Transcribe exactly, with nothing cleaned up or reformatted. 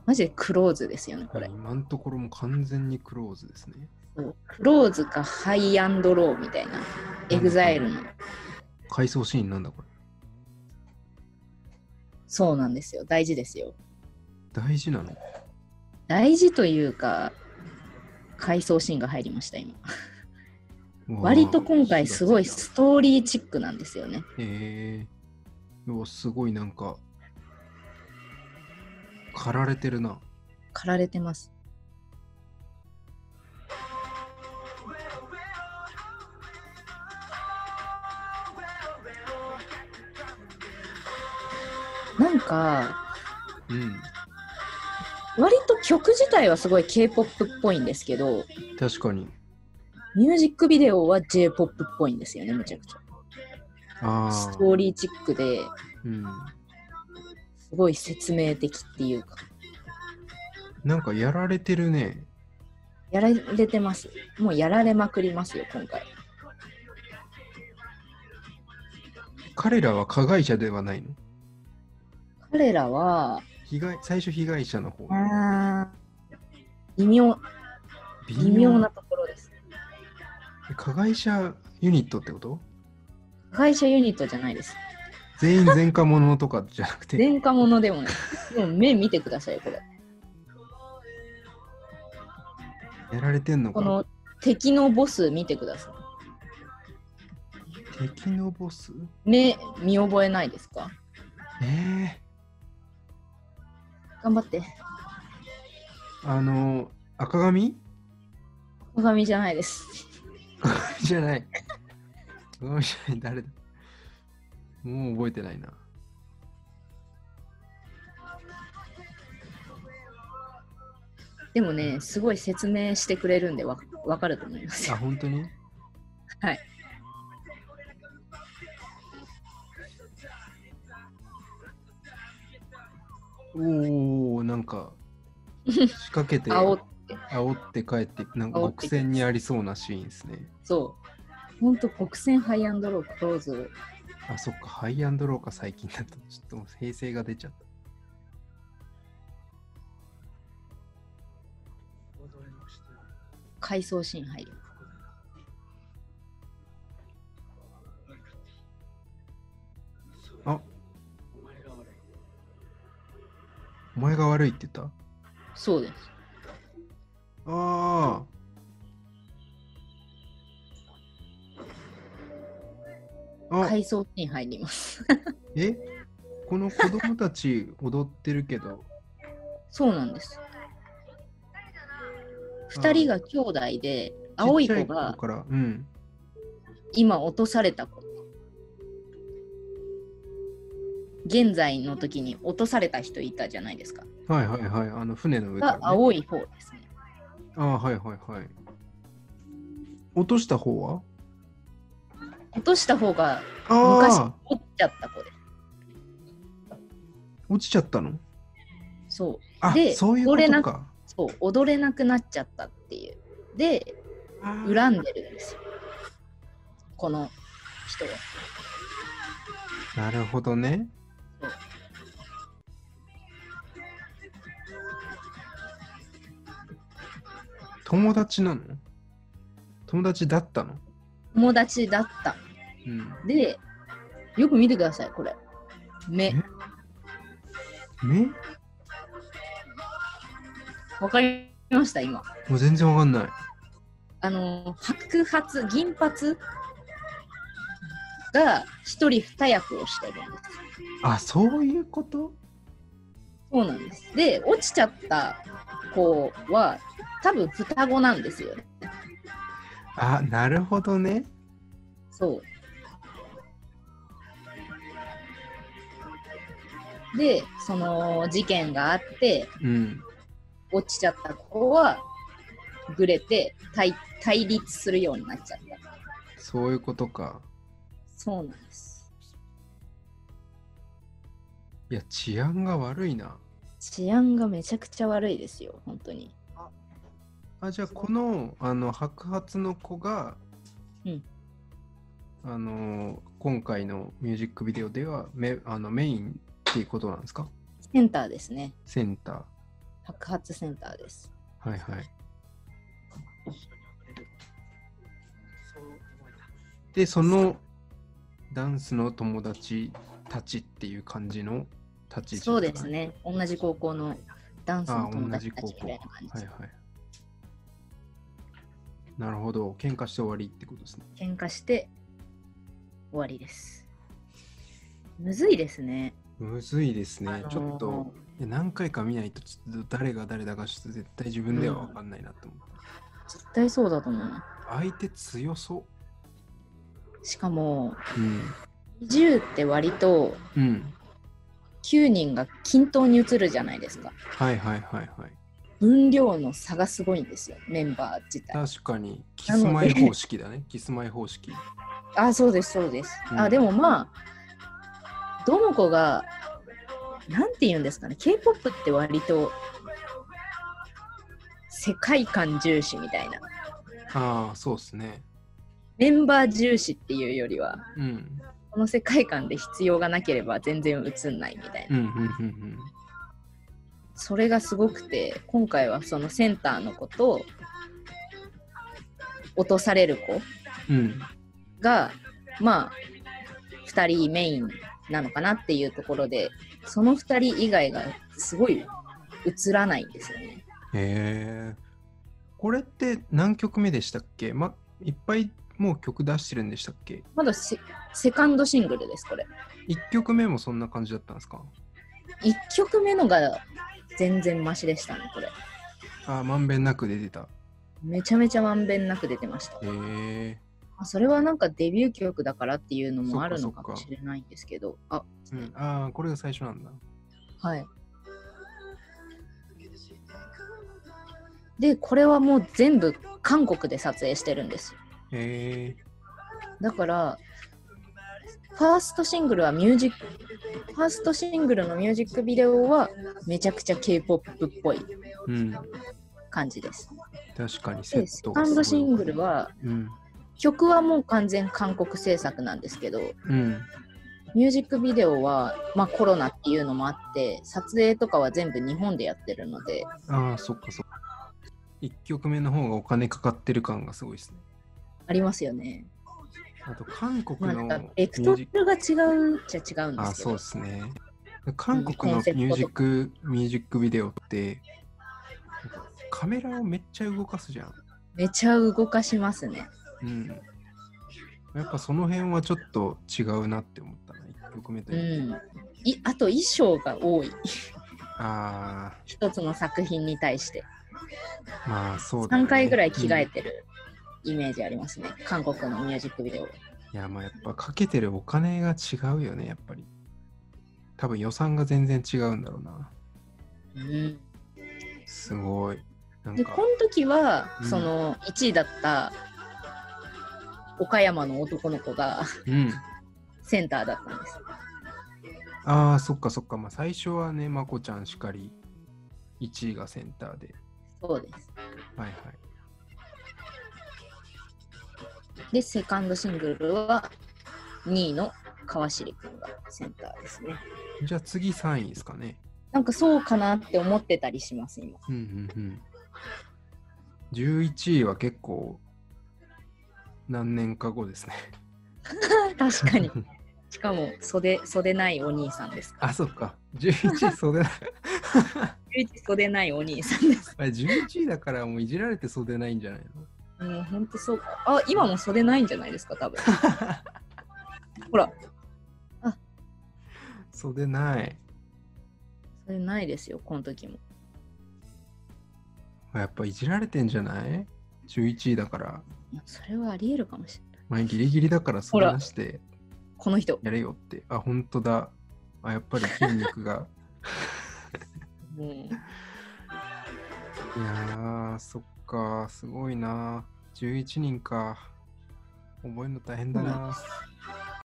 マジでクローズですよねこれ。 今のところも完全にクローズですね。 そうクローズかハイアンドローみたいな。エグザイルの。 回想シーンなんだこれ。 そうなんですよ。大事ですよ。 大事なの？ 大事というか回想シーンが入りました今。割と今回すごいストーリーチックなんですよね。 へえー、すごいなんか駆られてるな。 駆られてます。なんか、 うん、 割と曲自体はすごい K-ポップ っぽいんですけど、 確かにミュージックビデオは J-ポップ っぽいんですよね、むちゃくちゃ。 あストーリーチックで、 うん、 すごい説明的っていうか。 なんかやられてるね。 やられてます。もうやられまくりますよ、今回。 彼らは加害者ではないの？ 彼らは、 被害最初被害者の方。 あ微妙、微妙なところです。 加害者ユニットってこと？ 加害者ユニットじゃないです。 全員前科者とかじゃなくて。 前科者でもない。でも目見てください、これ。 やられてんのか。 この敵のボス見てください。敵のボス？ 目見覚えないですか？ えー、 頑張って。 あの赤髪？ 赤髪じゃないです。 赤髪じゃない。赤髪じゃない。誰だ？もう覚えてないな。 でもね、すごい説明してくれるんでわ分かると思います。 あ、本当に？ はい。 おお、なんか仕掛けて煽って煽って帰ってなんか極戦にありそうなシーンですね。 そう。ほんと国戦ハイアンドロークローズ。 あ、そっか、ハイアンドローか最近だとちょっともう平成が出ちゃった。 回想シーン入る。 あ、お前が悪いって言った？ そうです。 ああ。回想シーン入ります。 え？この子供たち踊ってるけど。 そうなんです。二人が兄弟で、青い子が今落とされた子。現在の時に落とされた人いたじゃないですか。 はいはいはい。あの船の上から、ね。 青い方ですね。 ああ、はいはいはい。落とした方は？ 落とした方が昔落ちちゃった子で。 落ちちゃったの？ そう。 あ、で、そういうことか。 そう、踊れなくなっちゃったっていう。で、恨んでるんですよ。この人は。 なるほどね。友達なの？友達だったの？ 友達だった。うん、で、よく見てください、これ。目。 目？ わかりました、今。 もう全然わかんない。 あの、白髪、銀髪が一人二役をしてるんです。 あ、そういうこと？ そうなんです。で、落ちちゃった子は多分双子なんですよね。 あ、なるほどね。 そう。で、その事件があって、うん、落ちちゃった子はぐれて 対, 対立するようになっちゃった。 そういうことか。 そうなんです。 いや、治安が悪いな。 治安がめちゃくちゃ悪いですよ、本当に。 あ、あじゃあこのあの白髪の子が、うん、あの今回のミュージックビデオではメあのメインっていうことなんですか？ センターですね。 センター。 白髪センターです。 はいはい。で、そのダンスの友達たちっていう感じの立ち位置ですかね。 そうですね。同じ高校のダンスの友達たちみたいな感じです。 はいはい。なるほど。喧嘩して終わりってことですね。 喧嘩して終わりです。むずいですね。 むずいですね。あのー、ちょっといや何回か見ないとちょっと誰が誰だかちょっと絶対自分では分かんないなって思う、うん。 絶対そうだと思う。 相手強そう。 しかも、うん、にじゅうって割ときゅうにんが均等に映るじゃないですか。 はいはいはいはい。 分量の差がすごいんですよ、メンバー自体。 確かにキスマイ方式だね。キスマイ方式。 あ、そうですそうです。うん、あ、でもまあどの子がなんて言うんですかね、 K-ポップ って割と世界観重視みたいな。 ああ、そうですね。 メンバー重視っていうよりは、 うん、 この世界観で必要がなければ全然映んないみたいな、 うんうんうんうん、 それがすごくて、今回はそのセンターの子と落とされる子が、うん、まあふたりメインなのかなっていうところで、そのふたり以外がすごい映らないんですよね。 へえ。これって何曲目でしたっけ？ま、いっぱいもう曲出してるんでしたっけ？ まだ セ, セカンドシングルです、これ。 いっきょくめもそんな感じだったんですか？ いっきょくめのが全然マシでしたね、これ。 あ、まんべんなく出てた。 めちゃめちゃまんべんなく出てました。へえ。 それはなんかデビュー曲だからっていうのもあるのかもしれないんですけど、あ、 うん、あ、これが最初なんだ。 はい。で、これはもう全部韓国で撮影してるんですよ。 へえ。 だからファーストシングルはミュージックファーストシングルのミュージックビデオはめちゃくちゃ K-ポップ っぽい感じです。 うん、確かにセットがすごい。セカンドシングルは、うん、曲はもう完全韓国制作なんですけど、うん、ミュージックビデオは、まあ、コロナっていうのもあって撮影とかは全部日本でやってるので。 ああ、そっかそっか。いっきょくめの方がお金かかってる感がすごいですね。 ありますよね。 あと韓国の、まあ、 ベクトルが違うっちゃ違うんですけど。 あ、そうですね。韓国のミュージック、うん、ミュージックビデオってカメラをめっちゃ動かすじゃん。 めちゃ動かしますね。 うん。やっぱその辺はちょっと違うなって思ったな、いっきょくめと。うん。 い、あと衣装が多い。 ああ。 一つの作品に対して。 まあそうだね。 さんかいぐらい着替えてるイメージありますね、うん、韓国のミュージックビデオ。 いや、まあやっぱかけてるお金が違うよね、やっぱり。多分予算が全然違うんだろうな。うん。すごい。 なんかで、この時は、うん、そのいちいだった岡山の男の子が、うん、センターだったんです。 ああ、そっかそっか。まあ最初はね、まこちゃんしかり、いちいがセンターで。 そうです。 はいはい。 で、セカンドシングルはにいの川尻くんがセンターですね。 じゃあ次さんいですかね。 なんかそうかなって思ってたりします、今。 うんうんうん。じゅういちいは結構何年か後ですね。 確かに。しかも袖、袖ないお兄さんです。 あ、そっか。じゅういちい袖ない。 じゅういちい袖ないお兄さんです。 あれじゅういちいだからもういじられて袖ないんじゃないの？ もうほんとそうか。あ、今も袖ないんじゃないですか、多分。ほら。あ、 袖ない。 袖ないですよ、この時も。 やっぱいじられてんじゃない？ じゅういち 位だから。 それはあり得るかもしれない。 前ギリギリだから袖出して。 この人。 やれよって。あ、ほんとだ。あ、やっぱり筋肉が。うん、いやー、そっか、すごいな。じゅういちにんか。覚えるの大変だな。うん